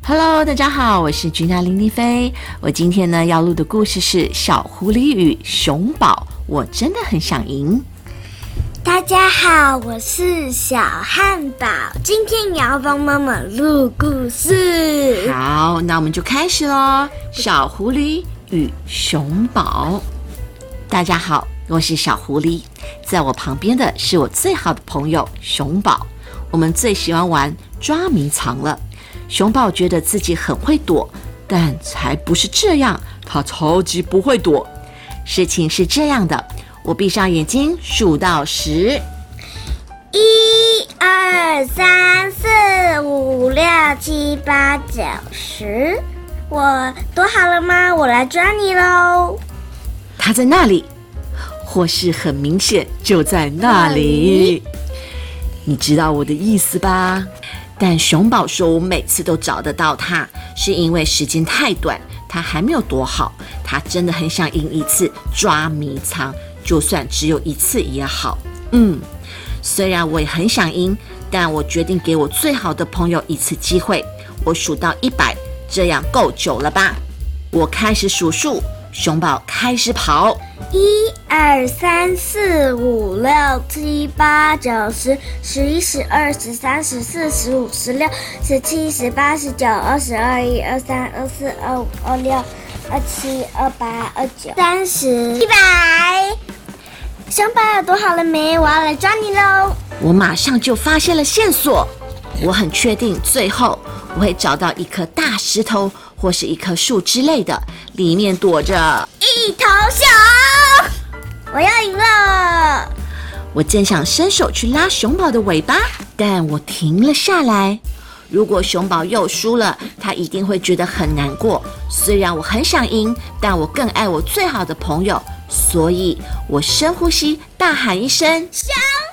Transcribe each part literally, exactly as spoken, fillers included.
Hello， 大家好，我是君娜林丽菲。我今天呢要录的故事是小狐狸与熊宝，我真的很想赢。 大家好，我是小汉堡，今天也要帮妈妈录故事。 好，那我们就开始咯。小狐狸与熊宝。大家好，我是小狐狸，在我旁边的是我最好的朋友熊宝。我们最喜欢玩抓迷藏了。熊宝觉得自己很会躲，但才不是这样，他超级不会躲。事情是这样的，我闭上眼睛数到十， 一二三四五六七八九十，我躲好了吗？我来抓你喽！ 他在那里，或是很明显就在那里。你知道我的意思吧？但熊宝说我每次都找得到他，是因为时间太短，他还没有躲好。他真的很想赢一次抓迷藏，就算只有一次也好。嗯，虽然我也很想赢，但我决定给我最好的朋友一次机会。我数到一百，这样够久了吧？我开始数数，熊宝开始跑。 一二三四五六七八九十十一十二十三十四十五十六十七十八十九二十二一二三二四二五二六二七二八二九三十一百。熊宝躲好了没？我要来抓你喽！ 我马上就发现了线索，我很确定最后我会找到一颗大石头或是一棵树之类的，里面躲着一头熊。我要赢了！ 我正想伸手去拉熊宝的尾巴，但我停了下来。如果熊宝又输了，他一定会觉得很难过。虽然我很想赢，但我更爱我最好的朋友，所以我深呼吸，大喊一声： 熊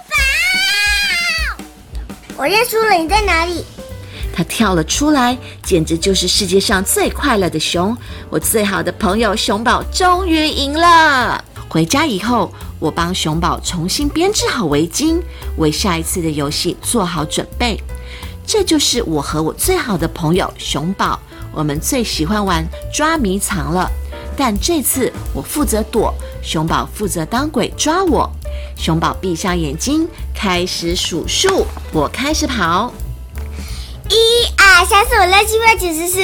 宝！我认输了，你在哪里？ 他跳了出来，简直就是世界上最快乐的熊。我最好的朋友熊宝终于赢了。回家以后，我帮熊宝重新编织好围巾，为下一次的游戏做好准备。这就是我和我最好的朋友熊宝，我们最喜欢玩抓迷藏了。但这次我负责躲，熊宝负责当鬼抓我。熊宝闭上眼睛，开始数数，我开始跑。 一二三四五六七八九十十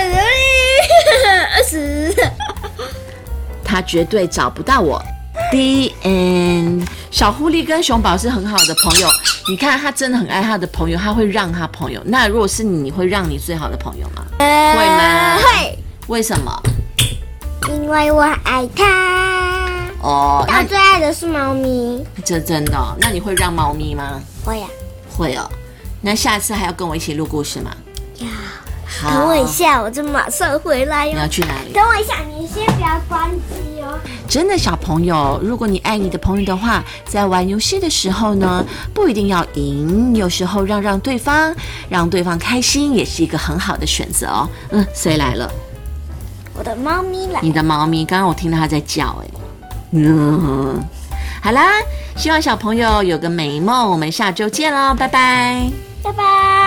二十。 他绝对找不到我。The end。小狐狸跟熊宝是很好的朋友，你看他真的很爱他的朋友，他会让他朋友。那如果是你，你会让你最好的朋友吗？ 呃、 会吗？ 会。 为什么？ 因为我爱他。 哦， 他最爱的是猫咪。 这真的、哦？那你会让猫咪吗？ 会呀、啊。 会哦。那下次还要跟我一起录故事吗？ 要。等我一下，我就马上回来哟。 你要去哪里？ 等我一下，你先不要关机哦。 真的，小朋友，如果你爱你的朋友的话，在玩游戏的时候呢，不一定要赢，有时候让让对方，让对方开心，也是一个很好的选择哦。嗯，谁来了？ 我的猫咪来了。 你的猫咪，刚刚我听到它在叫，哎，嗯，好啦，希望小朋友有个美梦，我们下周见喽，拜拜， 拜拜。